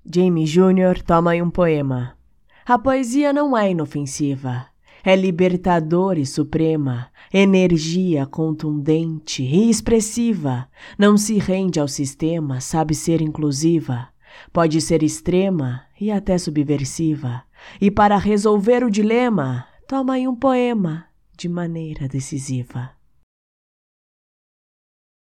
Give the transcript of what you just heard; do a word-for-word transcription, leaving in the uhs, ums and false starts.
Jamie Júnior toma aí um poema. A poesia não é inofensiva, é libertadora e suprema, energia contundente e expressiva, não se rende ao sistema, sabe ser inclusiva, pode ser extrema e até subversiva, e para resolver o dilema, toma aí um poema de maneira decisiva.